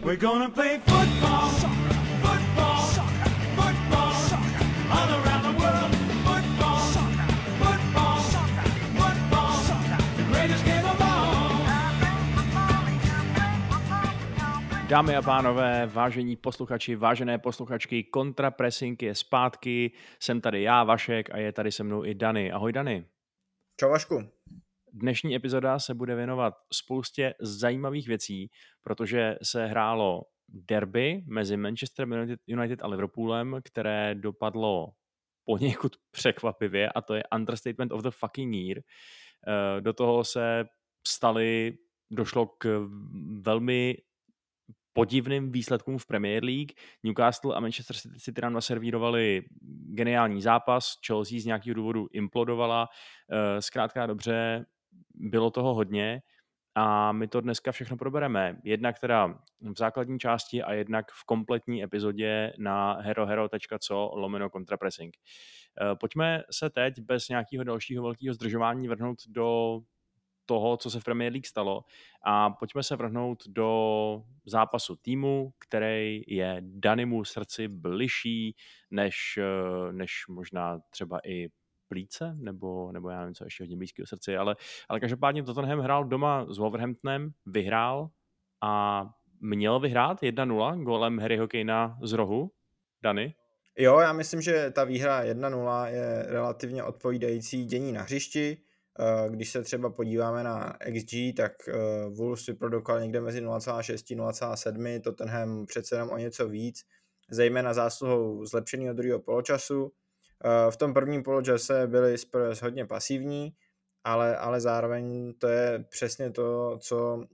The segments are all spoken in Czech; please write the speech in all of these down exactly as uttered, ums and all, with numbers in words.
We're gonna play football, football, football, all around the world. Football, football, football, the greatest game of all. Dámy a pánové, vážení posluchači, vážené posluchačky, Kontrapressing je zpátky, jsem tady já, Vašek, a je tady se mnou i Dany. Ahoj Dany. Čau Vašku. Dnešní epizoda se bude věnovat spoustě zajímavých věcí, protože se hrálo derby mezi Manchester United a Liverpoolem, které dopadlo poněkud překvapivě, a to je understatement of the fucking year. Do toho se staly, došlo k velmi podivným výsledkům v Premier League. Newcastle a Manchester City nám naservírovali geniální zápas, Chelsea z nějakého důvodu implodovala. Zkrátka dobře, bylo toho hodně a my to dneska všechno probereme. Jednak teda v základní části a jednak v kompletní epizodě na herohero tečka co lomeno kontrapressing. Pojďme se teď bez nějakého dalšího velkého zdržování vrhnout do toho, co se v Premier League stalo, a pojďme se vrhnout do zápasu týmu, který je Danymu srdci bližší než, než možná třeba i plíce, nebo, nebo já nevím, co ještě hodně blízkého srdci, ale, ale každopádně Tottenham hrál doma s Wolverhamptonem, vyhrál a měl vyhrát jedna nula gólem Harryho Kanea z rohu. Dany? Jo, já myslím, že ta výhra jedna nula je relativně odpovídající dění na hřišti. Když se třeba podíváme na X G, tak Wolves vyprodukoval někde mezi nula celá šest a nula celá sedm, Tottenham přece jenom o něco víc, zejména zásluhou zlepšeného druhého poločasu. V tom prvním poločase byli Spurs hodně pasivní, ale, ale zároveň to je přesně to, co,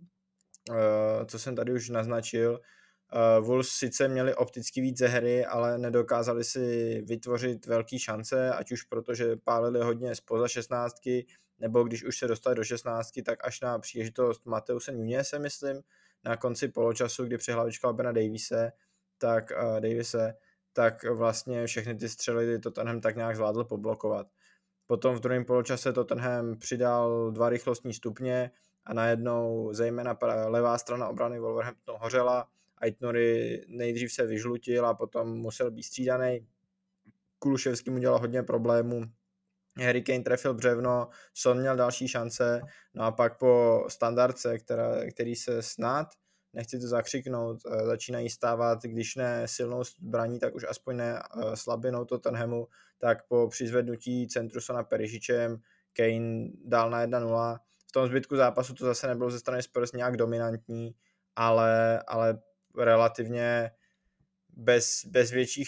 co jsem tady už naznačil. Uh, Wolves sice měli opticky víc ze hry, ale nedokázali si vytvořit velké šance, ať už protože pálili hodně spoza šestnáctky, nebo když už se dostali do šestnáctky, tak až na příležitost Mateuse Nunese, myslím, na konci poločasu, kdy přihlavičkal Bena Davise, tak uh, Davise, tak vlastně všechny ty střely Tottenham tak nějak zvládl poblokovat. Potom v druhém poločase Tottenham přidal dva rychlostní stupně a najednou zejména levá strana obrany Wolverhamptonu hořela. Aitnouri nejdřív se vyžlutil a potom musel být střídaný. Kulusevský mu dělal hodně problémů. Harry Kane trefil břevno, Son měl další šance, no a pak po standardce, která, který se snad, nechci to zakřiknout, začínají stávat, když ne silnou zbraní, tak už aspoň ne slabinou Tottenhamu, tak po přizvednutí centru Sona Perišičem Kane dal na jedna nula. V tom zbytku zápasu to zase nebylo ze strany Spurs nějak dominantní, ale, ale relativně bez, bez větších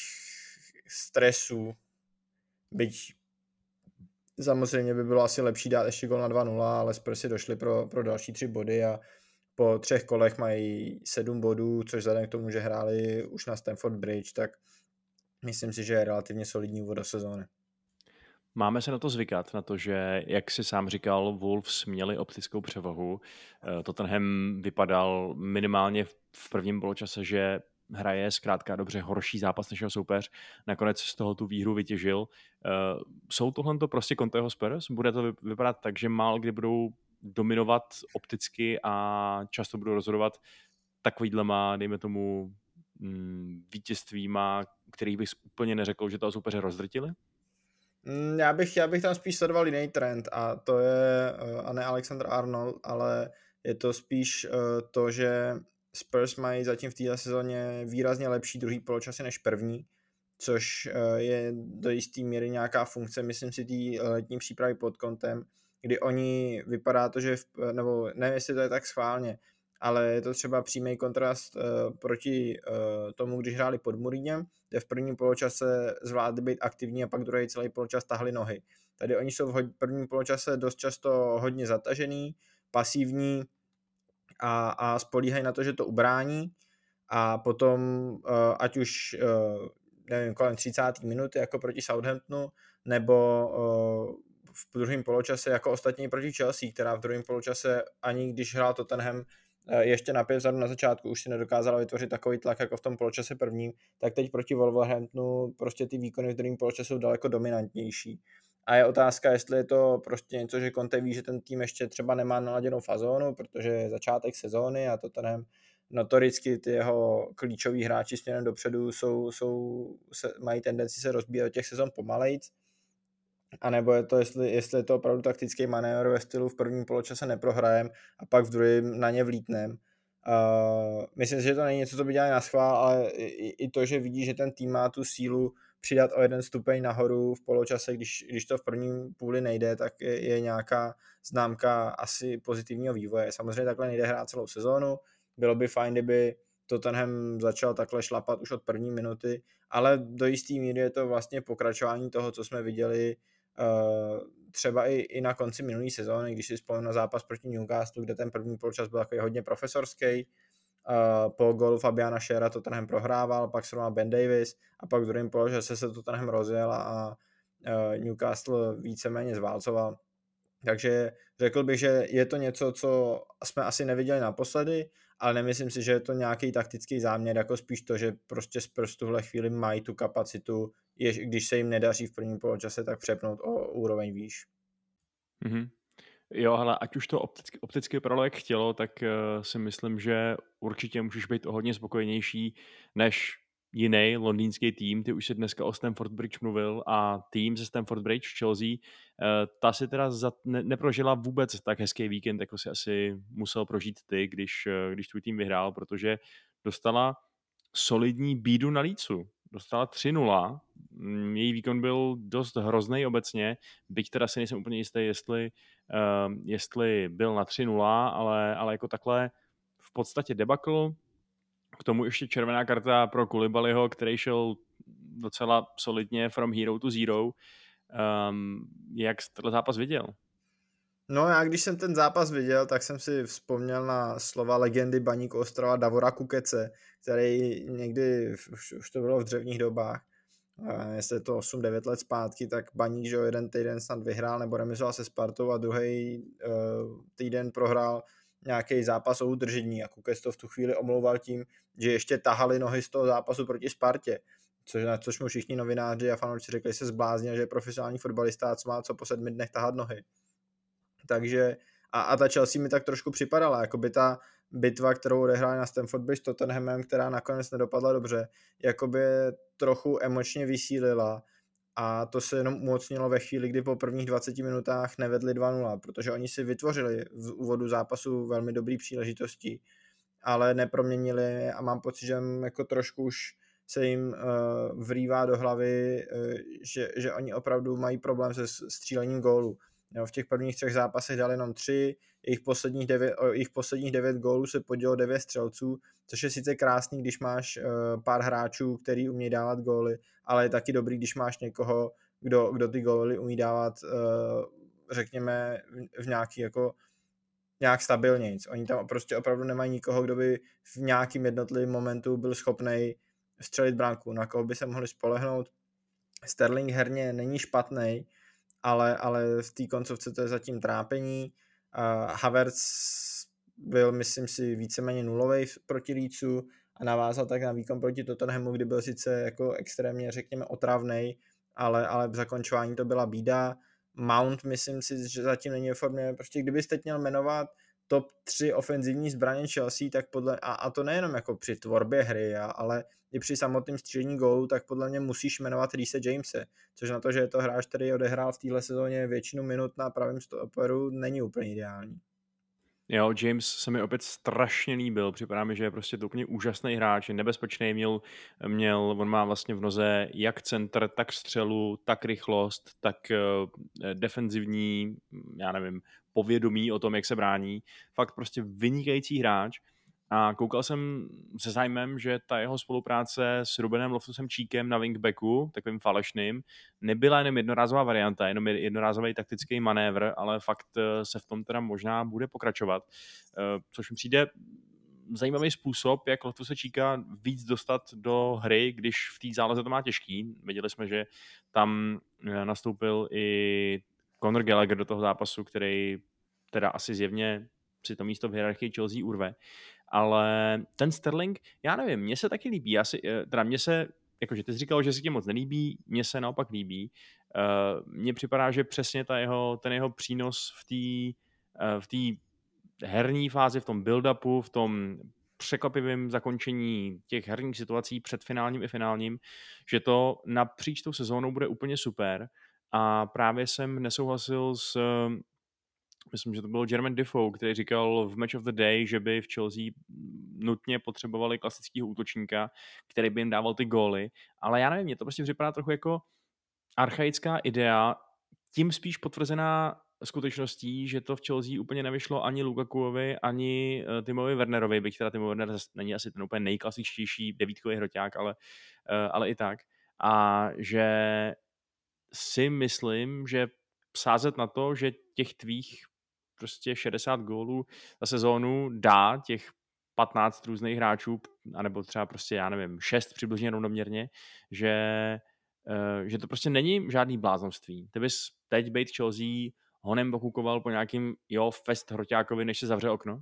stresů, byť samozřejmě by bylo asi lepší dát ještě gol na dva nula, ale Spursy došli pro, pro další tři body a po třech kolech mají sedm bodů, což vzhledem k tomu, že hráli už na Stamford Bridge, tak myslím si, že je relativně solidní úvod do sezóny. Máme se na to zvykat, na to, že, jak si sám říkal, Wolves měli optickou převahu. Tottenham vypadal minimálně v prvním poločase, že hraje zkrátka dobře horší zápas než jeho soupeř. Nakonec z toho tu výhru vytěžil. Jsou tohle to prostě Conteho Spurs? Bude to vypadat tak, že málo kdy budou dominovat opticky a často budou rozhodovat takovýhlema, dejme tomu, vítězstvíma, kterých bych úplně neřekl, že toho soupeře rozdrtili? Já bych, já bych tam spíš sledoval jiný trend a to je, a ne Alexander Arnold, ale je to spíš to, že Spurs mají zatím v této sezóně výrazně lepší druhý poločasy než první, což je do jisté míry nějaká funkce, myslím si, té letní přípravy pod kontem, kdy oni, vypadá to, že, v, nebo nevím, jestli to je tak schválně, ale je to třeba přímý kontrast uh, proti uh, tomu, když hráli pod Mourinhem, kde v prvním poločase zvládli být aktivní a pak druhý celý poločas tahli nohy. Tady oni jsou v prvním poločase dost často hodně zatažený, pasivní a, a spolíhají na to, že to ubrání a potom uh, ať už uh, nevím, kolem třicáté minuty jako proti Southamptonu nebo uh, v druhém poločase jako ostatní proti Chelsea, která v druhém poločase ani když hrál Tottenham ještě na pět vzadu na začátku už si nedokázala vytvořit takový tlak jako v tom poločase prvním, tak teď proti Wolverhamptonu prostě ty výkony v druhém poločase jsou daleko dominantnější. A je otázka, jestli je to prostě něco, že Conte ví, že ten tým ještě třeba nemá naladěnou fazónu, protože je začátek sezóny a to ten notoricky ty jeho klíčoví hráči směrem dopředu jsou, jsou, se, mají tendenci se rozbíjet do těch sezon pomalejc, anebo je to, jestli, jestli je to opravdu taktický manévr ve stylu v prvním poločase neprohrajem a pak v druhém na ně vlítnem. Uh, myslím si, že to není něco, co by dělali na schvál, ale i, i to, že vidí, že ten tým má tu sílu přidat o jeden stupeň nahoru v poločase, když, když to v prvním půli nejde, tak je, je nějaká známka asi pozitivního vývoje. Samozřejmě takhle nejde hrát celou sezónu, bylo by fajn, kdyby Tottenham začal takhle šlapat už od první minuty, ale do jistý míry je to vlastně pokračování toho, co jsme viděli uh, třeba i, i na konci minulé sezóny, když si vzpomínám na zápas proti Newcastle, kde ten první poločas byl takový hodně profesorský. Uh, po gólu Fabiana Schera Tottenham prohrával, pak se Ben Davis a pak v druhém poločase se Tottenham rozjel a uh, Newcastle víceméně zválcoval. Takže řekl bych, že je to něco, co jsme asi neviděli naposledy, ale nemyslím si, že je to nějaký taktický záměr, jako spíš to, že prostě Spurs v tuhle chvíli mají tu kapacitu, je, když se jim nedaří v prvním poločase, tak přepnout o úroveň výš. Mm-hmm. Jo, hele, ať už to opticky, opticky vypadalo jak chtělo, tak uh, si myslím, že určitě můžeš být o hodně spokojenější než jiný londýnský tým. Ty už si dneska o Stamford Bridge mluvil a tým ze Stamford Bridge, Chelsea, uh, ta si teda za, ne, neprožila vůbec tak hezký víkend, jako si asi musel prožít ty, když, uh, když tvůj tým vyhrál, protože dostala solidní bídu na lícu. Dostala tři nula, její výkon byl dost hrozný obecně, byť teda si nejsem úplně jistý, jestli, uh, jestli byl na tři nula, ale, ale jako takhle v podstatě debakl, k tomu ještě červená karta pro Koulibalyho, který šel docela solidně from hero to zero. Um, jak jsi tenhle zápas viděl? No já když jsem ten zápas viděl, tak jsem si vzpomněl na slova legendy Baníku Ostrava Davora Kukece, který někdy, už, už to bylo v dřevních dobách, jestli je to osm devět let zpátky, tak Baník, že jeden týden snad vyhrál nebo remizoval se Spartou a druhý uh, týden prohrál nějaký zápas o udržení a Kukec to v tu chvíli omlouval tím, že ještě tahali nohy z toho zápasu proti Spartě. Což, na což mu všichni novináři a fanoušci řekli, že se zbláznil, že je profesionální fotbalista a co má co po sedmi dnech tahat nohy. Takže a, a ta Chelsea mi tak trošku připadala, jako by ta bitva, kterou odehráli na Stamford Bridge s Tottenhamem, která nakonec nedopadla dobře, jakoby trochu emočně vysílila a to se jenom umocnilo ve chvíli, kdy po prvních dvaceti minutách nevedli dva nula, protože oni si vytvořili v úvodu zápasu velmi dobrý příležitosti, ale neproměnili je a mám pocit, že jako trošku už se jim uh, vrývá do hlavy, uh, že, že oni opravdu mají problém se střílením gólu. Jo, v těch prvních třech zápasech dali jenom tři, jejich posledních devět, o jejich posledních devět gólů se podělilo devět střelců, což je sice krásný, když máš uh, pár hráčů, který umí dávat góly, ale je taky dobrý, když máš někoho, kdo, kdo ty góly umí dávat, uh, řekněme, v, v nějaký jako nějak stabilnějc. Oni tam prostě opravdu nemají nikoho, kdo by v nějakým jednotlivém momentu byl schopnej střelit branku, na koho by se mohli spolehnout. Sterling herně není špatný, ale, ale v té koncovce to je zatím trápení. Uh, Havertz byl, myslím si, víceméně nulovej proti Leedsu a navázal tak na výkon proti Tottenhamu, kdy byl sice jako extrémně, řekněme, otravnej, ale, ale v zakončování to byla bída. Mount, myslím si, že zatím není ve formě. Prostě kdybyste měl jmenovat top tři ofenzivní zbraně Chelsea, tak podle, a, a to nejenom jako při tvorbě hry, a, ale i při samotném střílení gólu, tak podle mě musíš jmenovat Reese Jamese, což na to, že je to hráč, který odehrál v téhle sezóně většinu minut na pravém stoperu, není úplně ideální. Jo, James se mi opět strašně líbil, připadá mi, že je prostě to úplně úžasný hráč, je nebezpečný, měl, měl, on má vlastně v noze jak centr, tak střelu, tak rychlost, tak uh, defenzivní, já nevím, povědomí o tom, jak se brání, fakt prostě vynikající hráč. A koukal jsem se zájmem, že ta jeho spolupráce s Rubenem Loftusem-Cheekem na wingbacku, takovým falešným, nebyla jenom jednorázová varianta, jenom jednorázový taktický manévr, ale fakt se v tom teda možná bude pokračovat. Což mi přijde zajímavý způsob, jak Loftuse-Cheeka víc dostat do hry, když v té záloze to má těžký. Viděli jsme, že tam nastoupil i Conor Gallagher do toho zápasu, který teda asi zjevně si to místo v hierarchii Chelsea urve. Ale ten Sterling, já nevím, mně se taky líbí. Já si, teda mně se, jakože ty jsi říkal, že si tě moc nelíbí, mně se naopak líbí. Mně připadá, že přesně ta jeho, ten jeho přínos v té v té herní fázi, v tom build-upu, v tom překvapivém zakončení těch herních situací před finálním i finálním, že to napříč tou sezónou bude úplně super a právě jsem nesouhlasil s, myslím, že to byl Jermaine Defoe, který říkal v Match of the Day, že by v Chelsea nutně potřebovali klasického útočníka, který by jim dával ty góly, ale já nevím, mně to prostě připadá trochu jako archaická idea, tím spíš potvrzená skutečností, že to v Chelsea úplně nevyšlo ani Lukakuovi, ani uh, Timovi Wernerovi, byť teda Timo Werner není asi ten úplně nejklasičtější devítkový hroťák, ale, uh, ale i tak. A že si myslím, že sázet na to, že těch tvých prostě šedesát gólů za sezónu dá těch patnáct různých hráčů, anebo třeba prostě, já nevím, šest přibližně rovnoměrně, že, uh, že to prostě není žádný bláznovství. Ty bys teď bejt Chelsea honem pokukoval po nějakým jo, fest hroťákovi, než se zavře okno?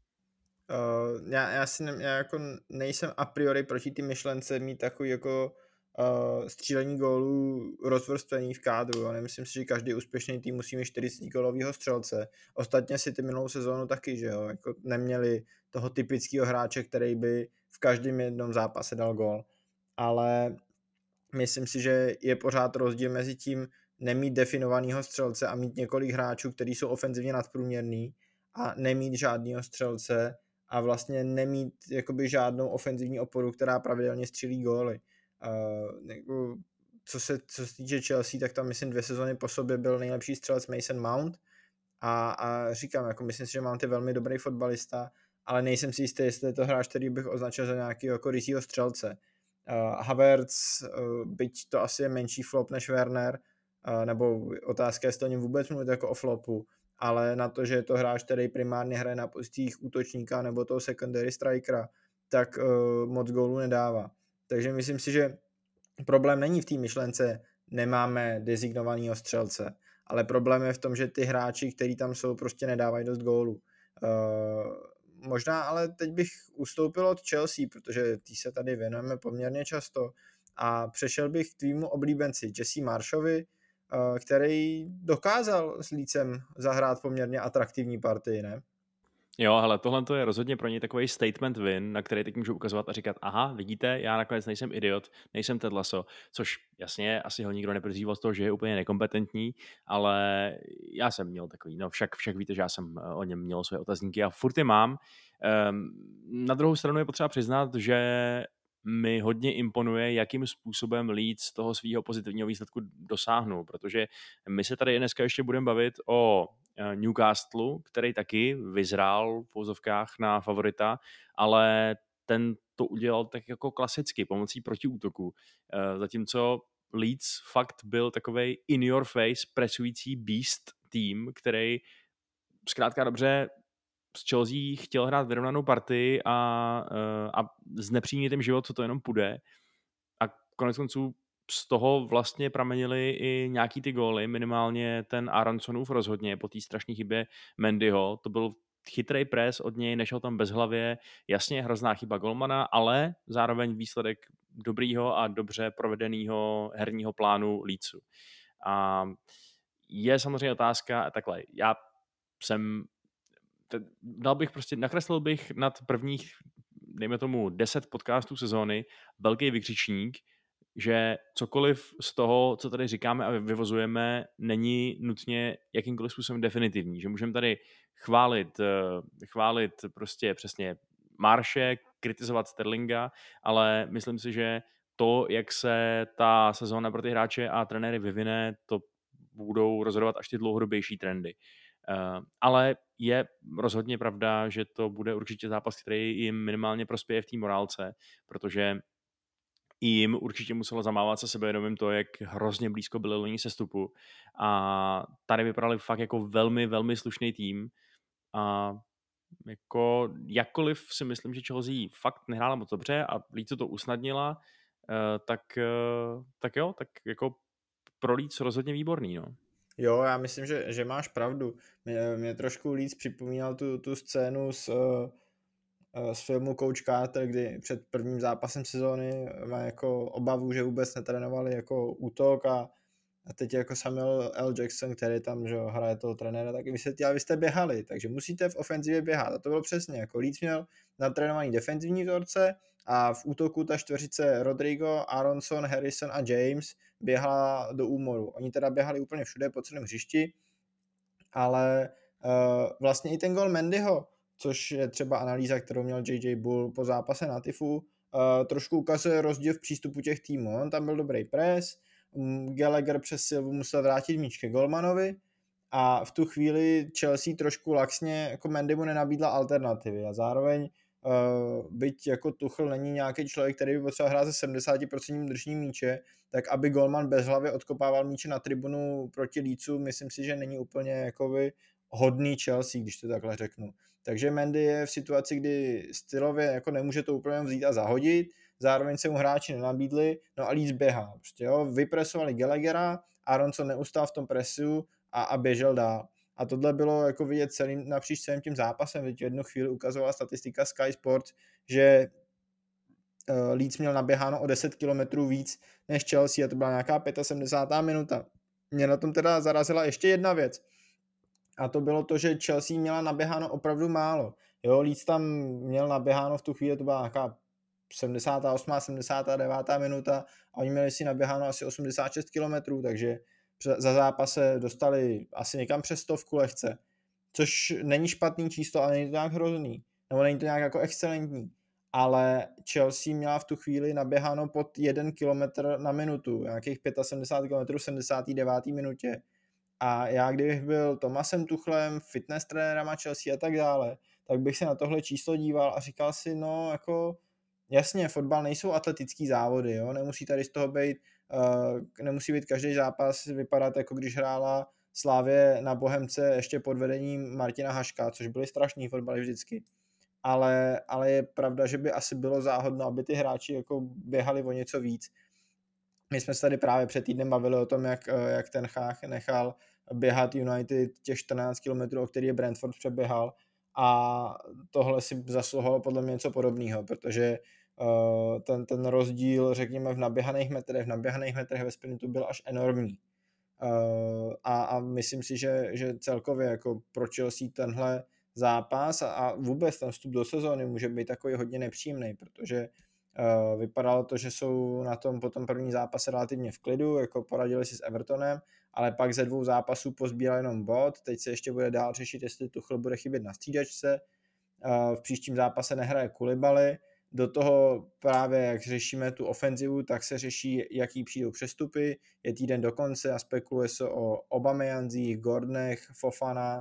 Uh, já, já si ne, já jako nejsem a priori proti ty myšlence mít takový jako uh, střílení gólů rozvrstvený v kádru. Jo. Nemyslím si, že každý úspěšný tým musí mít čtyřicet gólového střelce. Ostatně si ty minulou sezónu taky, že jo, jako neměli toho typického hráče, který by v každém jednom zápase dal gól. Ale myslím si, že je pořád rozdíl mezi tím nemít definovaného střelce a mít několik hráčů, kteří jsou ofenzivně nadprůměrný a nemít žádného střelce a vlastně nemít jakoby žádnou ofenzivní oporu, která pravidelně střílí góly. Uh, jako, co, se, co se týče Chelsea, tak tam myslím dvě sezony po sobě byl nejlepší střelec Mason Mount a, a říkám, jako myslím si, že Mount je velmi dobrý fotbalista, ale nejsem si jistý, jestli je to hráč, který bych označil za nějakého jako rysího střelce. Uh, Havertz, uh, byť to asi je menší flop než Werner, uh, nebo otázka je, jestli o něm vůbec mluvit jako o flopu, ale na to, že je to hráč, který primárně hraje na pozicích útočníka nebo toho secondary strikera, tak uh, moc gólů nedává. Takže myslím si, že problém není v té myšlence, nemáme designovaného střelce, ale problém je v tom, že ty hráči, kteří tam jsou, prostě nedávají dost gólů. Uh, možná ale teď bych ustoupil od Chelsea, protože tý se tady věnujeme poměrně často a přešel bych k tvýmu oblíbenci Jesse Marshovi, uh, který dokázal s Leedsem zahrát poměrně atraktivní partii, ne? Jo, hele, tohle to je rozhodně pro něj takový statement win, na který teď můžu ukazovat a říkat, aha, vidíte, já nakonec nejsem idiot, nejsem Ted Lasso, což jasně, asi ho nikdo nepodezříval z toho, že je úplně nekompetentní, ale já jsem měl takový, no však, však víte, že já jsem o něm měl své otazníky a furt je mám. Um, na druhou stranu je potřeba přiznat, že mi hodně imponuje, jakým způsobem Leeds toho svého pozitivního výsledku dosáhnou, protože my se tady dneska ještě budeme bavit o Newcastle, který taky vyzrál v pouzovkách na favorita, ale ten to udělal tak jako klasicky, pomocí protiútoku. Zatímco Leeds fakt byl takovej in your face presující beast tým, který zkrátka dobře s Chelsea chtěl hrát vyrovnanou partii a, a znepříjemnit jim život, co to jenom půjde. A konec konců z toho vlastně pramenily i nějaký ty góly, minimálně ten Aronsonův rozhodně po té strašné chybě Mendyho. To byl chytrý pres od něj, nešel tam bezhlavě, jasně hrozná chyba golmana, ale zároveň výsledek dobrýho a dobře provedeného herního plánu Leedsu. A je samozřejmě otázka, takhle, já jsem dal bych prostě, nakreslil bych nad prvních, dejme tomu, deset podcastů sezóny velký vykřičník, že cokoliv z toho, co tady říkáme a vyvozujeme, není nutně jakýmkoliv způsobem definitivní. Že můžeme tady chválit, chválit prostě přesně Marše, kritizovat Sterlinga, ale myslím si, že to, jak se ta sezóna pro ty hráče a trenéry vyvine, to budou rozhodovat až ty dlouhodobější trendy. Uh, ale je rozhodně pravda, že to bude určitě zápas, který jim minimálně prospěje v té morálce, protože jim určitě muselo zamávat se sebevědomím to, jak hrozně blízko byli loni sestupu a tady vypadali fakt jako velmi, velmi slušný tým a jako jakkoliv si myslím, že Chelsea fakt nehrála moc dobře a Leeds to usnadnila, uh, tak, uh, tak jo, tak jako pro Leeds rozhodně výborný, no. Jo, já myslím, že, že máš pravdu. Mě, mě trošku Leeds připomínal tu, tu scénu z, z filmu Coach Carter, kdy před prvním zápasem sezóny má jako obavu, že vůbec netrénovali jako útok a a teď jako Samuel L. Jackson, který tam že hraje toho trenéra, tak vysvětlil, vy jste běhali, takže musíte v ofenzivě běhat. A to bylo přesně, jako Leeds měl natrénovaný defenzivní vzorce a v útoku ta čtveřice Rodrigo, Aronson, Harrison a James běhala do úmoru. Oni teda běhali úplně všude po celém hřišti, ale uh, vlastně i ten gol Mendyho, což je třeba analýza, kterou měl J J Bull po zápase na Tifu, uh, trošku ukazuje rozdíl v přístupu těch týmů. On tam byl dobrý pres, um, Gallagher přes Silvu musel vrátit míč ke golmanovi a v tu chvíli Chelsea trošku laxně, jako Mendy mu nenabídla alternativy a zároveň Uh, byť jako Tuchel není nějaký člověk, který by potřeboval hrát se sedmdesát procent držním míče, tak aby golman bez hlavy odkopával míče na tribunu proti Leedsu, myslím si, že není úplně jakoby hodný Chelsea, když to takhle řeknu. Takže Mendy je v situaci, kdy stylově jako nemůže to úplně vzít a zahodit, zároveň se mu hráči nenabídli, no a Leeds běhá. Prostě jo, vypresovali Gallaghera, Aronson neustál v tom presu a, a běžel dál. A tohle bylo jako vidět celým, napříč celým tím zápasem. Teď jednu chvíli ukazovala statistika Sky Sports, že uh, Leeds měl naběháno o deset kilometrů víc než Chelsea a to byla nějaká sedmdesátá pátá minuta. Mě na tom teda zarazila ještě jedna věc. A to bylo to, že Chelsea měla naběháno opravdu málo. Jo, Leeds tam měl naběháno v tu chvíli, to byla nějaká sedmdesátá osmá sedmdesátá devátá minuta a oni měli si naběháno asi osmdesát šest kilometrů, takže za zápase dostali asi někam přes stovku lehce, což není špatný číslo, ale není to nějak hrozný, nebo není to nějak jako excelentní, ale Chelsea měla v tu chvíli naběháno pod jeden kilometr na minutu, nějakých sedmdesát pět kilometrů v sedmdesáté deváté minutě a já kdybych byl Thomasem Tuchlem, fitness trenérama Chelsea a tak dále, tak bych se na tohle číslo díval a říkal si, no jako jasně, fotbal nejsou atletický závody, jo? Nemusí tady z toho být, uh, nemusí být každý zápas vypadat jako když hrála Slavie na Bohemce ještě pod vedením Martina Haška, což byly strašný fotbaly vždycky. Ale, ale je pravda, že by asi bylo záhodno, aby ty hráči jako běhali o něco víc. My jsme se tady právě před týdnem bavili o tom, jak, jak ten Chách nechal běhat United těch čtrnáct kilometrů, o který je Brentford přeběhal a tohle si zasluhovalo podle mě něco podobného, protože uh, ten, ten rozdíl, řekněme, v naběhaných metrech, v naběhaných metrech ve sprintu byl až enormní. Uh, a, a myslím si, že, že celkově jako pro Chelsea tenhle zápas a, a vůbec ten vstup do sezóny může být takový hodně nepříjemný, protože uh, vypadalo to, že jsou na tom po tom první zápase relativně v klidu, jako poradili si s Evertonem, ale pak ze dvou zápasů pozbíral jenom bod, teď se ještě bude dál řešit, jestli Tuchel bude chybět na střídačce, uh, v příštím zápase nehraje Koulibaly, do toho právě, jak řešíme tu ofenzivu, tak se řeší, jaký přijdou přestupy. Je týden do konce a spekuluje se o Aubameyanzích, Gordonech, Fofana,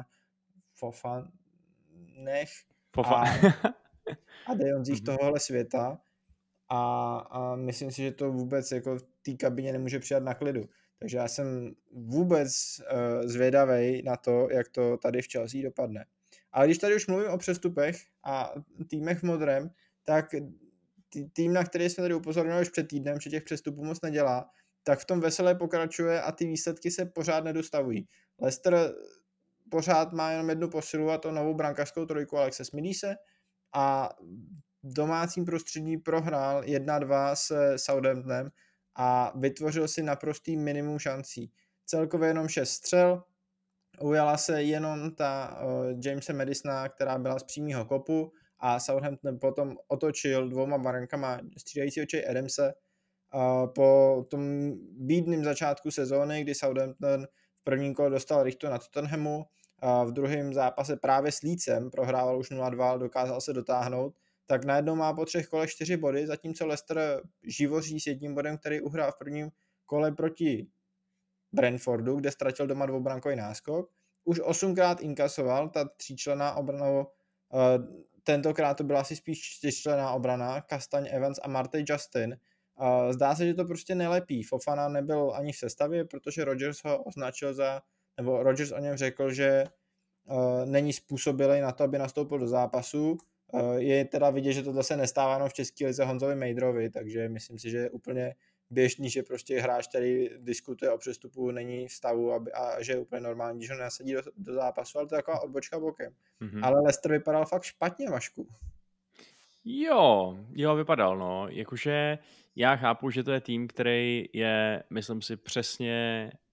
Fofanech Fofa. a, a De Jonzích tohohle světa. A, a myslím si, že to vůbec jako v té kabině nemůže přidat na klidu. Takže já jsem vůbec uh, zvědavej na to, jak to tady v Chelsea dopadne. Ale když tady už mluvím o přestupech a týmech v modrém, tak tým, na který jsme tady upozornili už před týdnem, že těch přestupů moc nedělá, tak v tom veselé pokračuje a ty výsledky se pořád nedostavují. Leicester pořád má jenom jednu posilu a to novou brankářskou trojku Alexe Smithise a v domácím prostředí prohrál jedna dva s Southamptonem a vytvořil si naprostý minimum šancí. Celkově jenom šest střel, ujala se jenom ta uh, Jamesa Madisona, která byla z přímého kopu a Southampton potom otočil dvouma brankama střídajícího Che Adamse. Uh, po tom bídném začátku sezóny, kdy Southampton v prvním kole dostal rychtu na Tottenhamu, uh, v druhém zápase právě s Leedsem prohrával už nula dva, dokázal se dotáhnout, tak najednou má po třech kolech čtyři body, zatímco Leicester živoří s jedním bodem, který uhrál v prvním kole proti Brentfordu, kde ztratil doma dvoubrankový náskok. Už osmkrát inkasoval, ta tříčlenná obrana, uh, tentokrát to byla asi spíš čtyřčlenná obrana, Kastaň, Evans a Marty Justin. Uh, zdá se, že to prostě nelepí. Fofana nebyl ani v sestavě, protože Rodgers ho označil za, nebo Rodgers o něm řekl, že uh, není způsobilý na to, aby nastoupil do zápasu. Uh, je teda vidět, že tohle se nestává jenom v české lize Honzovi Mejdrovi, takže myslím si, že je úplně běžný, že prostě hráč, který diskutuje o přestupu, není v stavu aby, a že je úplně normální, když ho nasadí do, do zápasu, ale to je taková odbočka bokem. Mm-hmm. Ale Leicester vypadal fakt špatně, Vašku. Jo, jo, vypadal, no. Jakože já chápu, že to je tým, který je, myslím si, přesně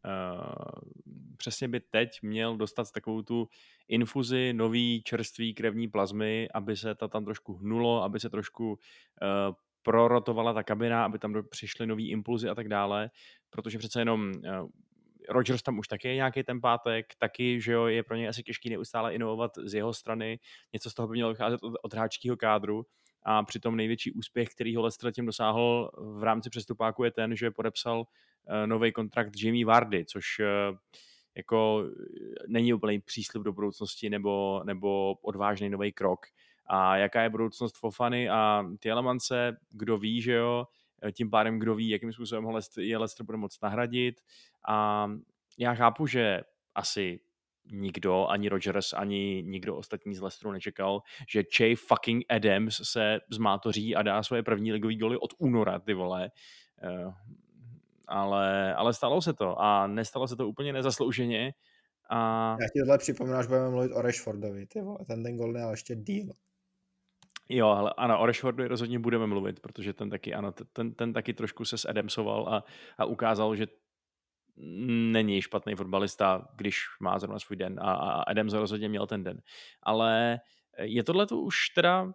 přesně by teď měl dostat takovou tu infuzi nový čerstvý krevní plazmy, aby se ta tam trošku hnulo, aby se trošku uh, prorotovala ta kabina, aby tam do, přišly nový impulzy a tak dále, protože přece jenom uh, Rodgers tam už taky je nějaký ten pátek, taky, že jo, je pro něj asi těžký neustále inovovat z jeho strany, něco z toho by mělo vycházet od, od hráčského kádru a přitom největší úspěch, který ho Leicester tím dosáhl v rámci přestupáku je ten, že podepsal uh, nový kontrakt Jamie Vardy, což uh, jako není úplný příslib do budoucnosti nebo, nebo odvážný nový krok. A jaká je budoucnost Fofany a Tielemance, kdo ví, že jo, tím pádem kdo ví, jakým způsobem ho Leicester, je Leicester bude moct nahradit. A já chápu, že asi nikdo, ani Rodgers, ani nikdo ostatní z Leicesteru nečekal, že Che fucking Adams se zmátoří a dá svoje první ligový goly od února, ty vole. Uh, ale, ale stalo se to a nestalo se to úplně nezaslouženě. A... Já ti tohle připomínám, až budeme mluvit o Rashfordovi, ty vole, ten ten gol měl ještě díl. Jo, ale ano, o Rashfordu rozhodně budeme mluvit, protože ten taky, ano, ten, ten taky trošku se zadamsoval a, a ukázal, že není špatný fotbalista, když má zrovna svůj den a, a Adams rozhodně měl ten den. Ale je tohle tu už teda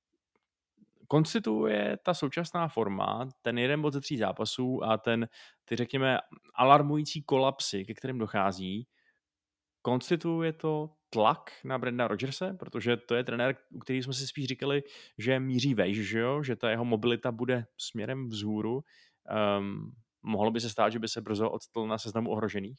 konstituuje ta současná forma, ten jeden bod ze tří zápasů a ten, ty řekněme, alarmující kolapsy, ke kterým dochází, konstituuje to tlak na Brendana Rodgerse, protože to je trenér, u kterého jsme si spíš říkali, že míří vejš, že, jo? Že ta jeho mobilita bude směrem vzhůru. Um, mohlo by se stát, že by se brzo odstl na seznamu ohrožených?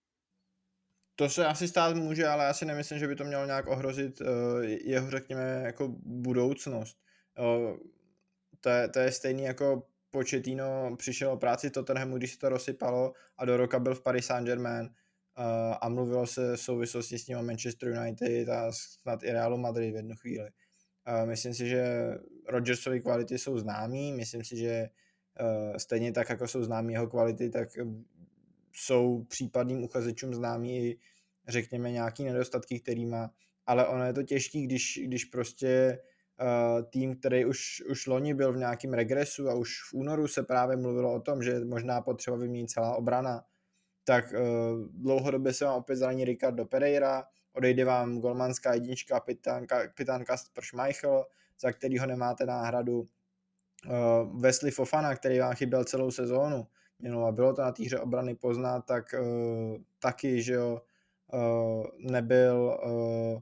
To se asi stát může, ale já si nemyslím, že by to mělo nějak ohrozit uh, jeho, řekněme, jako budoucnost. Uh, to, je, to je stejný jako Pochettino přišel o práci v Tottenhamu, když se to rozsypalo a do roka byl v Paris Saint-Germain uh, a mluvilo se v souvislosti s ním o Manchester United a snad i Realu Madrid v jednu chvíli. Uh, myslím si, že Rodgersovy kvality jsou známý, myslím si, že uh, stejně tak, jako jsou známý jeho kvality, tak jsou případným uchazečům známý i řekněme nějaký nedostatky, který má, ale ono je to těžký, když, když prostě uh, tým, který už, už loni byl v nějakém regresu a už v únoru se právě mluvilo o tom, že možná potřeba vyměnit celá obrana, tak uh, dlouhodobě se vám opět zraní Ricardo Pereira, odejde vám golmanská jednička, kapitán, kapitán Kasper Schmeichel, za kterýho nemáte náhradu, uh, Wesley Fofana, který vám chyběl celou sezónu, a bylo to na té hře obrany poznat, tak uh, taky, že jo, uh, nebyl uh,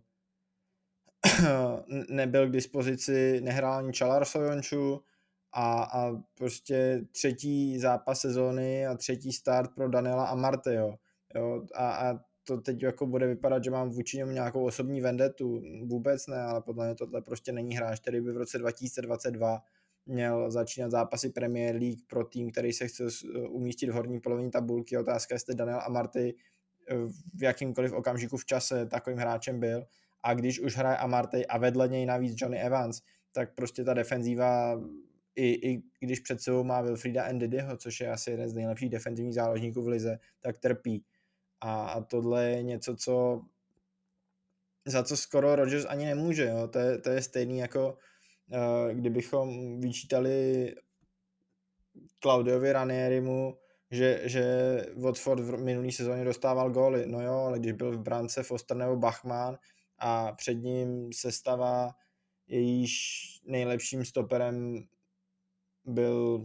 nebyl k dispozici, nehrál ani Čalar Sojonču a, a prostě třetí zápas sezóny a třetí start pro Daniela Amarty, jo. jo a, a to teď jako bude vypadat, že mám vůči němu nějakou osobní vendetu, vůbec ne, ale podle mě tohle prostě není hráč, který by v roce dva tisíce dvacet dva měl začínat zápasy Premier League pro tým, který se chce umístit v horní polovině tabulky. Otázka, jestli Daniel Amarty v jakýmkoliv okamžiku v čase takovým hráčem byl. A když už hraje Amarty a vedle něj navíc Johnny Evans, tak prostě ta defenzíva, i, i když před sebou má Wilfrieda Ndidiho, což je asi jeden z nejlepších defenzivních záložníků v lize, tak trpí. A, a tohle je něco, co za co skoro Rodgers ani nemůže. Jo. To, je, to je stejný jako kdybychom vyčítali Claudiovi Ranierimu, že, že Watford v minulý sezóně dostával góly. No jo, ale když byl v brance Foster nebo Bachmann a před ním sestava, jejíž nejlepším stoperem byl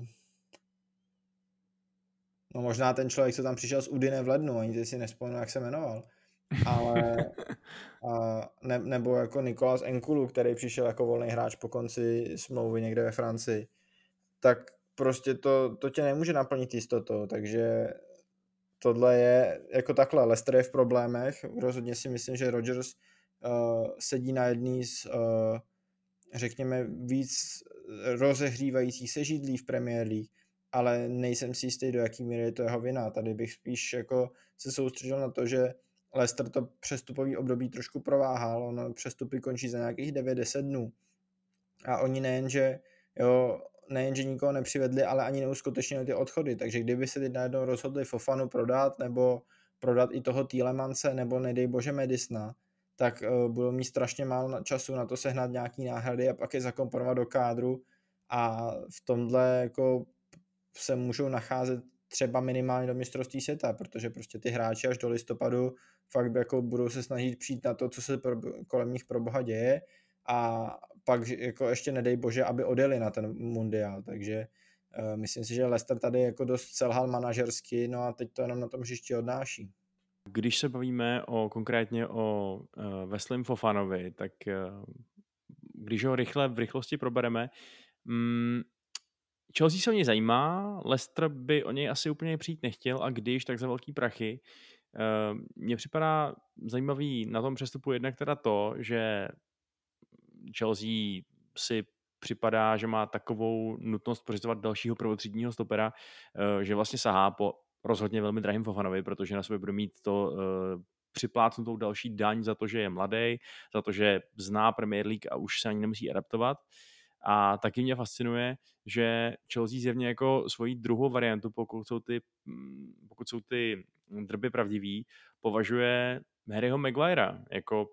no možná ten člověk, co tam přišel z Udine v lednu, ani teď si nespomenu, jak se jmenoval. Ale a ne, nebo jako Nicolas Nkulu, který přišel jako volný hráč po konci smlouvy někde ve Francii, tak prostě to, to tě nemůže naplnit jistotou, takže tohle je jako takhle, Leicester je v problémech, rozhodně si myslím, že Rodgers uh, sedí na jedný z uh, řekněme víc rozehřívajících se židlí v Premier League, ale nejsem si jistý, do jaký míry je to jeho vina. Tady bych spíš jako se soustředil na to, že Leicester to přestupový období trošku prováhal, ono přestupy končí za nějakých devět deset dnů. A oni nejenže, jo, nejenže nikoho nepřivedli, ale ani neuskutečnili ty odchody. Takže kdyby se teď najednou rozhodli Fofanu prodat, nebo prodat i toho Tielemance, nebo nedej bože Madisona, tak uh, budou mít strašně málo času na to sehnat nějaký náhrady a pak je zakomponovat do kádru a v tomhle jako se můžou nacházet třeba minimálně do mistrovství světa, protože prostě ty hráči až do listopadu fakt jako budou se snažit přijít na to, co se pro, kolem nich pro boha děje a pak jako ještě nedej bože, aby odjeli na ten mundiál, takže uh, myslím si, že Leicester tady jako dost selhal manažersky, no a teď to jenom na tom hřišti odnáší. Když se bavíme o konkrétně o uh, Weslem Fofanovi, tak uh, když ho rychle v rychlosti probereme, mm, Chelsea se o něj zajímá, Leicester by o něj asi úplně přijít nechtěl a když, tak za velký prachy. Uh, mně připadá zajímavý na tom přestupu jednak teda to, že Chelsea si připadá, že má takovou nutnost pořizovat dalšího prvotřídního stopera, uh, že vlastně sahá po rozhodně velmi drahým Fofanovi, protože na sobě bude mít to uh, připlácnutou další daň za to, že je mladý, za to, že zná Premier League a už se ani nemusí adaptovat. A taky mě fascinuje, že Chelsea zjevně jako svoji druhou variantu, pokud jsou ty, pokud jsou ty drby pravdivý, považuje Harryho Maguirea jako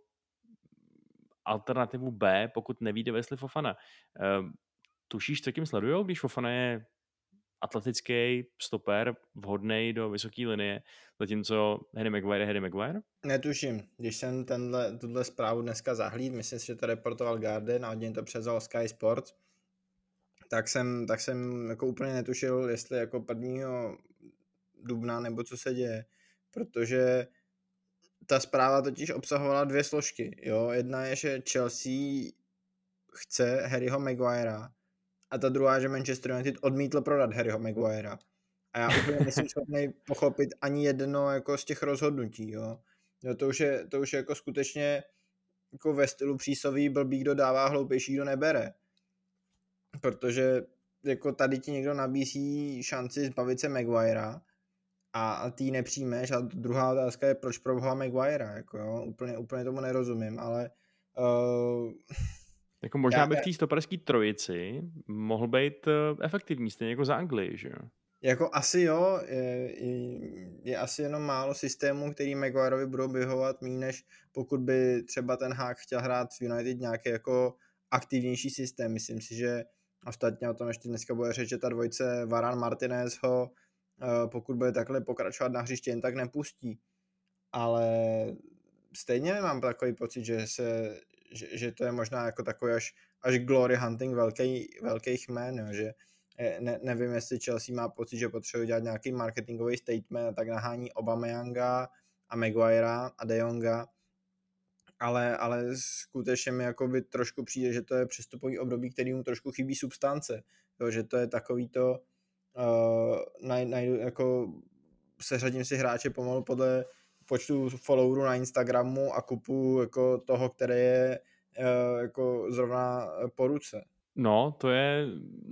alternativu B, pokud nevíde Wesley Fofana. Tušíš, co tím sledujou, když Fofana je atletický stoper, vhodný do vysoké linie, zatímco Harry Maguire je Harry Maguire? Netuším. Když jsem tenhle, tuhle zprávu dneska zahlíd, myslím si, že to reportoval Guardian a od něj to převzal Sky Sports, tak jsem, tak jsem jako úplně netušil, jestli jako prvního dubna nebo co se děje, protože ta zpráva totiž obsahovala dvě složky. Jo? Jedna je, že Chelsea chce Harryho Maguirea a ta druhá, že Manchester United odmítl prodat Harryho Maguirea. A já úplně nejsem schopný pochopit ani jedno jako z těch rozhodnutí. Jo? Jo, to, už je, to už je jako skutečně jako ve stylu přísový blbý, kdo dává, hloupější, kdo nebere. Protože jako tady ti někdo nabízí šanci zbavit se Maguirea a ty ji nepřijmeš a druhá otázka je, proč pro boha Maguirea, jako jo, úplně, úplně tomu nerozumím, ale uh, jako možná já, by v té stoperské trojici mohl být efektivní, stejně jako za Anglii, že jo? Jako asi jo, je, je, je asi jenom málo systémů, který Maguireovi budou vyhovovat méně, než pokud by třeba ten Hák chtěl hrát v United nějaký jako aktivnější systém. Myslím si, že ostatně o tom ještě dneska bude řeč, že ta dvojice Varane Martinez ho, pokud bude takhle pokračovat na hřiště, jen tak nepustí. Ale stejně nemám takový pocit, že, se, že, že to je možná jako takový až, až glory hunting velký, velkých jmén, že Ne, nevím, jestli Chelsea má pocit, že potřebuje dělat nějaký marketingový statement a tak nahání Aubameyanga a Maguirea a De Jonga, ale, ale skutečně mi jakoby trošku přijde, že to je přestupový období, který mu trošku chybí substance, jo, že to je takový to uh, naj, najdu, jako seřadím si hráče pomalu podle počtu followerů na Instagramu a kupu jako toho, který je uh, jako zrovna po ruce. No, to je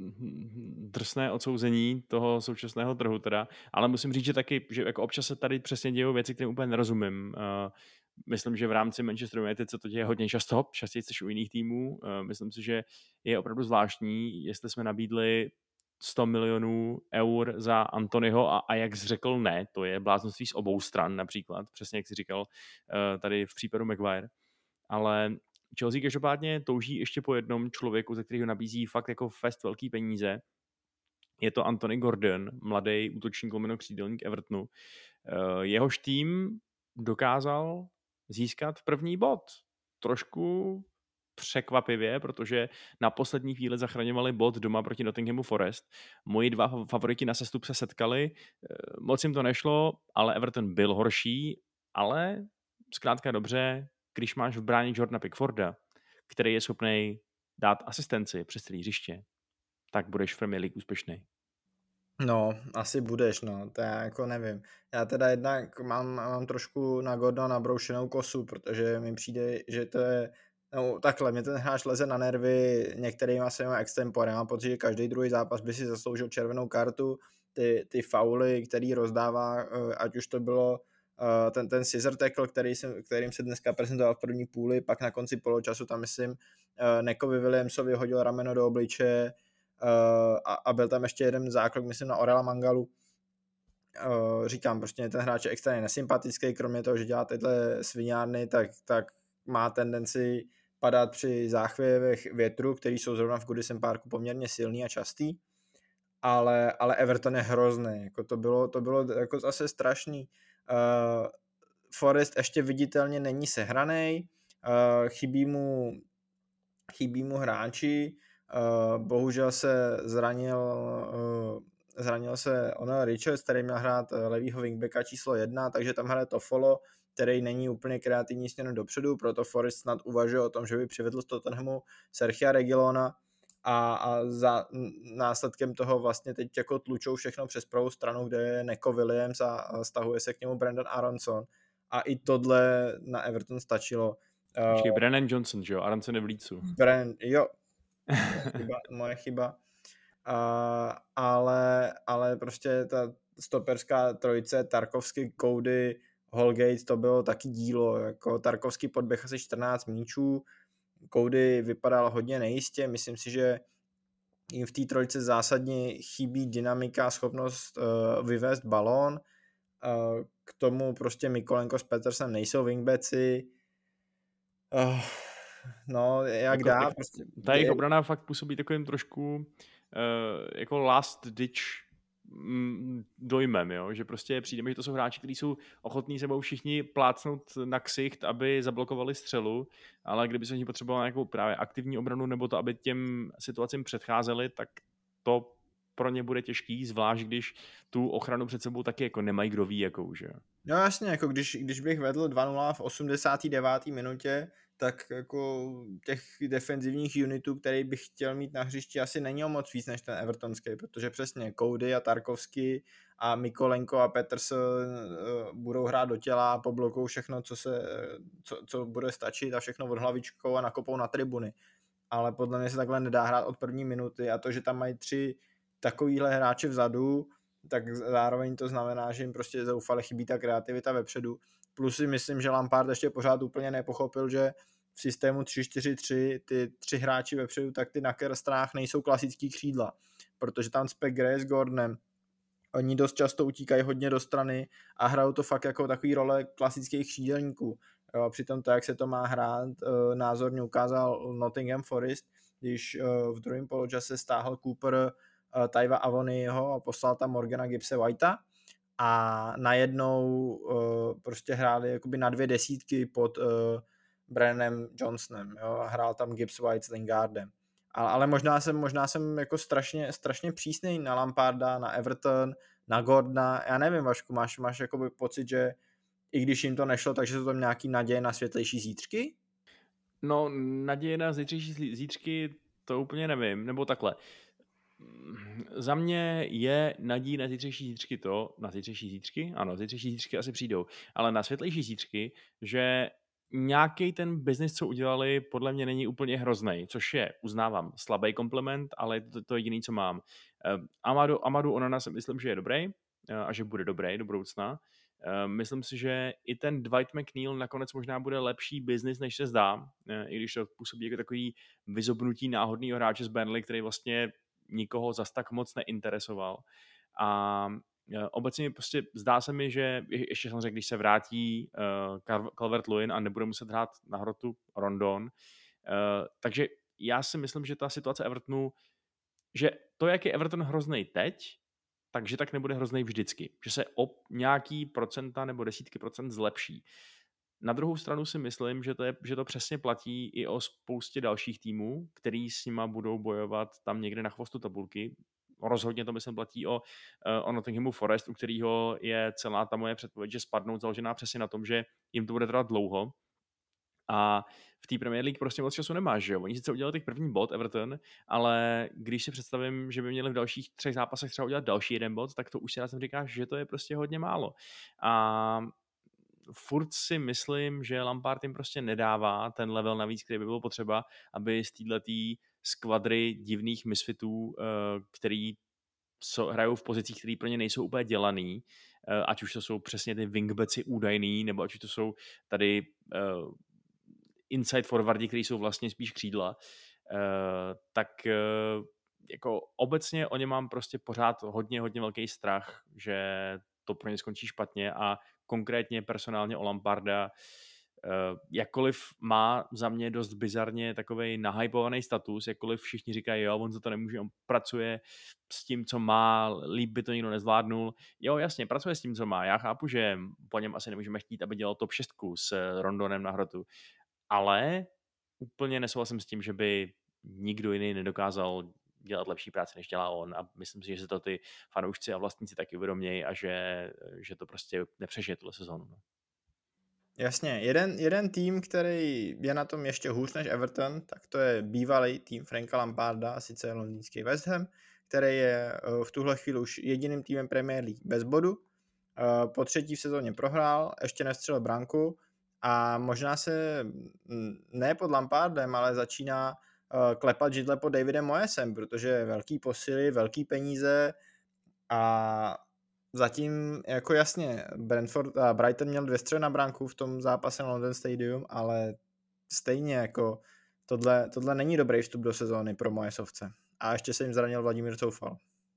drsné odsouzení toho současného trhu teda, ale musím říct, že taky, že jako občas se tady přesně dějou věci, které úplně nerozumím. Uh, myslím, že v rámci Manchester United se to děje hodně často, častěji než u jiných týmů. Uh, myslím si, že je opravdu zvláštní, jestli jsme nabídli sto milionů eur za Antonyho a Ajax řekl ne, to je bláznoství z obou stran například, přesně jak jsi říkal uh, tady v případu Maguire, ale Chelsea každopádně touží ještě po jednom člověku, ze kterého nabízí fakt jako fest velký peníze. Je to Anthony Gordon, mladý útočník lomeno křídelník Evertonu. Jehož tým dokázal získat první bod. Trošku překvapivě, protože na poslední chvíli zachraňovali bod doma proti Nottinghamu Forest. Moji dva favoriti na sestup se setkali. Moc jim to nešlo, ale Everton byl horší, ale zkrátka dobře, když máš v bráně Jordana Pickforda, který je schopný dát asistenci přes celé hřiště, tak budeš v Premier League úspěšný. No, asi budeš, no, to já jako nevím. Já teda jednak mám, mám trošku na Gordona nabroušenou kosu, protože mi přijde, že to je, no takhle, mě ten hráč leze na nervy některýma svýma extemporem, mám pocit, že každý druhý zápas by si zasloužil červenou kartu, ty, ty fauly, který rozdává, ať už to bylo ten, ten scissor tackle, který jsem, kterým se dneska prezentoval v první půli, pak na konci poločasu tam, myslím, Neckovi Williamsovi hodil rameno do obličeje, Uh, a, a byl tam ještě jeden zákrok, myslím, na Orela Mangalu. Uh, říkám, prostě ten hráč je extrémně nesympatický, kromě toho, že dělá tyhle sviňárny, tak, tak má tendenci padat při záchvěvech větru, který jsou zrovna v Goodison Parku poměrně silný a častý. ale, ale Everton je hrozný, jako to bylo, to bylo jako zase strašný. Uh, Forest ještě viditelně není sehraný, uh, chybí mu chybí mu hráči, uh, bohužel se zranil uh, zranil se Onel Richards, který měl hrát levýho wingbacka číslo jedna, takže tam hraje Toffolo, který není úplně kreativní směrem dopředu, proto Forest snad uvažuje o tom, že by přivedl z Tottenhamu Sergia Reguilona a, a za následkem toho vlastně teď jako tlučou všechno přes pravou stranu, kde je Neco Williams a, a stahuje se k němu Brandon Aronson a i tohle na Everton stačilo. Počkej, Uh, Brennan Johnson, že jo? Aronson je v Leedsu. Brand, jo, moje chyba, moje chyba. Uh, ale, ale prostě ta stoperská trojice Tarkovsky, Cody, Holgate, to bylo taky dílo. Jako Tarkovsky podběh asi čtrnáct míčů, Cody vypadal hodně nejistě, myslím si, že jim v té trojice zásadně chybí dynamika a schopnost uh, vyvést balón. Uh, k tomu prostě Mikolenko s Petersem nejsou wingbacki. Uh, no, jak Jako dál? tak Prostě, ta jejich je, obrana fakt působí takovým trošku uh, jako last ditch mm, dojmem, jo? Že prostě přijde mi, že to jsou hráči, kteří jsou ochotní sebou všichni plácnout na ksicht, aby zablokovali střelu, ale kdyby se oni potřebovali nějakou právě aktivní obranu nebo to, aby těm situacím předcházeli, tak to pro ně bude těžký, zvlášť když tu ochranu před sebou taky jako nemají kdo ví jakou, že jo. No jasně, jako když, když bych vedl dva nula v osmdesáté deváté minutě, tak jako těch defenzivních unitů, který bych chtěl mít na hřišti, asi není o moc víc než ten evertonský, protože přesně Cody a Tarkovsky a Mikolenko a Peterson uh, budou hrát do těla a poblokou všechno, co, se, co, co bude stačit a všechno od hlavičkou a nakopou na tribuny. Ale podle mě se takhle nedá hrát od první minuty a to, že tam mají tři takovýhle hráče vzadu, tak zároveň to znamená, že jim prostě zoufale chybí ta kreativita vepředu. Plus si myslím, že Lampard ještě pořád úplně nepochopil, že v systému tři čtyři tři ty tři hráči vepředu, tak ty na stranách nejsou klasický křídla, protože tam cpe Gray s Gordonem. Oni dost často utíkají hodně do strany a hrajou to fakt jako takový role klasických křídelníků. Jo, přitom to, jak se to má hrát, názorně ukázal Nottingham Forest, když v druhém poločase stáhl Cooper Taiva Avoniho a poslal tam Morgana Gibbse Whitea a najednou uh, prostě hráli jakoby na dvě desítky pod uh, Brennanem Johnsonem, jo, a hrál tam Gibbs White s Lingardem. Ale, ale možná jsem, možná jsem jako strašně, strašně přísnej na Lamparda, na Everton, na Gordona, já nevím, Vašku, máš, máš jakoby pocit, že i když jim to nešlo, takže jsou tam nějaký naděje na světlejší zítřky? No, naděje na zítřejší zítřky, to úplně nevím, nebo takhle. Za mě je nadějí na zítřejší zítřky to, na zítřejší zítřky? Ano, zítřejší zítřky asi přijdou, ale na světlejší zítřky, že nějaký ten biznis, co udělali, podle mě není úplně hrozný, což je, uznávám, slabý kompliment, ale je to, to jediný, co mám. Uh, Amadu, Amadu Onana si myslím, že je dobrý uh, a že bude dobrý do budoucna. Uh, myslím si, že i ten Dwight McNeil nakonec možná bude lepší biznis, než se zdá, uh, i když to působí jako takový vyzobnutí náhodného hráče z Burnley, který vlastně nikoho zas tak moc neinteresoval. A obecně prostě zdá se mi, že ještě samozřejmě, když se vrátí uh, Calvert-Lewin a nebude muset hrát na hrotu Rondon, uh, takže já si myslím, že ta situace Evertonu, že to, jak je Everton hroznej teď, takže tak nebude hroznej vždycky. Že se o nějaký procenta nebo desítky procent zlepší. Na druhou stranu si myslím, že to, je, že to přesně platí i o spoustě dalších týmů, který s nima budou bojovat tam někde na chvostu tabulky. Rozhodně to myslím platí o, o Nottinghamu Forest, u kterého je celá ta moje předpověď, že spadnou, založená přesně na tom, že jim to bude trvat dlouho. A v té Premier League prostě moc času nemáš, že jo? Oni sice udělali těch první bod, Everton, ale když si představím, že by měli v dalších třech zápasech třeba udělat další jeden bod, tak to už si já jsem říkáš, že to je prostě hodně málo. A furt si myslím, že Lampard jim prostě nedává ten level navíc, který by byl potřeba, aby z této skvadry divných misfitů, který hrajou v pozicích, které pro ně nejsou úplně dělaný, ať už to jsou přesně ty wingbacki údajný, nebo ať už to jsou tady uh, inside forwardi, který jsou vlastně spíš křídla, uh, tak uh, jako obecně o ně mám prostě pořád hodně, hodně velký strach, že to pro ně skončí špatně a konkrétně personálně o Lamparda Uh, jakkoliv má za mě dost bizarně takovej nahypovaný status, jakkoliv všichni říkají, jo, on za to nemůže, on pracuje s tím, co má, líp by to nikdo nezvládnul. Jo, jasně, pracuje s tím, co má. Já chápu, že po něm asi nemůžeme chtít, aby dělal top šest s Rondonem na hrotu, ale úplně nesouhlasím s tím, že by nikdo jiný nedokázal dělat lepší práci, než dělá on, a myslím si, že se to ty fanoušci a vlastníci taky uvědomějí a že, že to prostě nepřežije tuhle sezónu. No. Jasně, jeden, jeden tým, který je na tom ještě hůř než Everton, tak to je bývalý tým Franka Lamparda, a sice londýnský West Ham, který je v tuhle chvíli už jediným týmem Premier League bez bodu. Po třetí v sezóně prohrál, ještě nestřelil branku a možná se ne pod Lampardem, ale začíná klepat židle pod Davidem Moyesem, protože velký posily, velký peníze a zatím jako jasně Brentford a Brighton měl dvě střely na branku v tom zápase na London Stadium, ale stejně jako tohle, tohle není dobrý vstup do sezóny pro Moyesovce. A ještě se jim zranil Vladimír Coufal.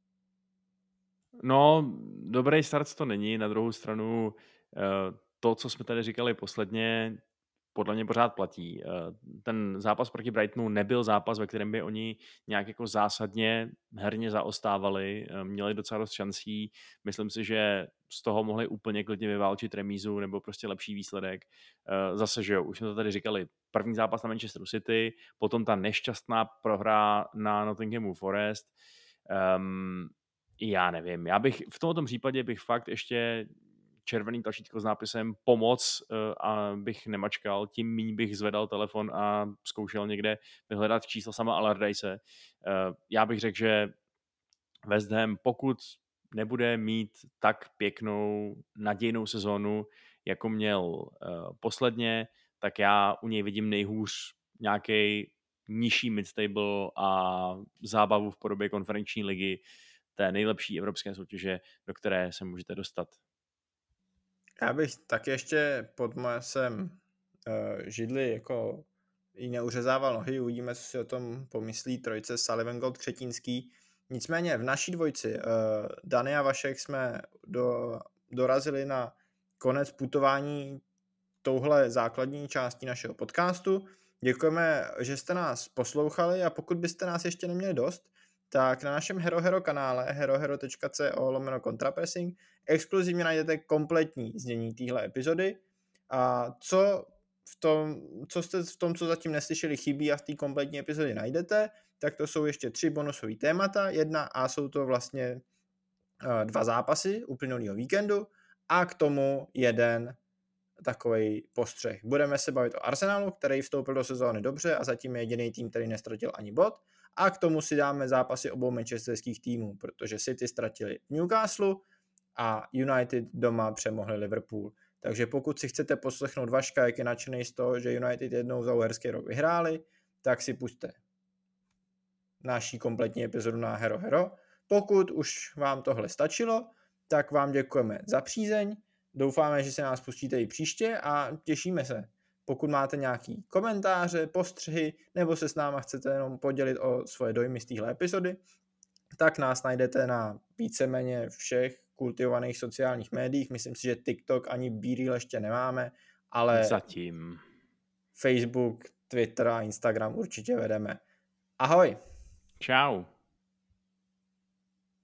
No, dobrý start to není, na druhou stranu to, co jsme tady říkali posledně, podle mě pořád platí. Ten zápas proti Brightonu nebyl zápas, ve kterém by oni nějak jako zásadně herně zaostávali, měli docela dost šancí, myslím si, že z toho mohli úplně klidně vyválčit remízu nebo prostě lepší výsledek. Zase, že jo, už jsme to tady říkali, první zápas na Manchesteru City, potom ta nešťastná prohra na Nottinghamu Forest. Um, já nevím, já bych v tomto případě bych fakt ještě červený tlačítko s nápisem pomoc a bych nemačkal, tím míň bych zvedal telefon a zkoušel někde vyhledat číslo sama Allardyce. Já bych řekl, že West Ham, pokud nebude mít tak pěknou, nadějnou sezónu, jako měl posledně, tak já u něj vidím nejhůř nějaký nižší midstable a zábavu v podobě konferenční ligy, té nejlepší evropské soutěže, do které se můžete dostat. Já bych tak ještě pod Moyesem uh, židli jako jí neuřezával nohy, uvidíme, co si o tom pomyslí trojce Sullivan Gold Třetínský. Nicméně v naší dvojci uh, Dani a Vašek jsme do, dorazili na konec putování touhle základní částí našeho podcastu. Děkujeme, že jste nás poslouchali a pokud byste nás ještě neměli dost, tak na našem HeroHero kanále herohero tečka co lomeno kontrapressing exkluzivně najdete kompletní znění téhle epizody a co v tom, co jste v tom, co zatím neslyšeli, chybí a v té kompletní epizodě najdete, tak to jsou ještě tři bonusové témata, jedna a jsou to vlastně dva zápasy uplynulého víkendu a k tomu jeden takovej postřeh. Budeme se bavit o Arsenalu, který vstoupil do sezóny dobře a zatím je jediný tým, který nestratil ani bod. A k tomu si dáme zápasy obou manchesterských týmů, protože City ztratili Newcastle a United doma přemohli Liverpool. Takže pokud si chcete poslechnout Vaška, jak je nadšený z toho, že United jednou za uherský rok vyhráli, tak si pusťte naší kompletní epizodu na Hero Hero. Pokud už vám tohle stačilo, tak vám děkujeme za přízeň. Doufáme, že se nás pustíte i příště a těšíme se. Pokud máte nějaký komentáře, postřehy, nebo se s náma chcete jenom podělit o svoje dojmy z téhle epizody, tak nás najdete na víceméně všech kultivovaných sociálních médiích. Myslím si, že TikTok ani BeReal ještě nemáme, ale zatím Facebook, Twitter a Instagram určitě vedeme. Ahoj! Čau!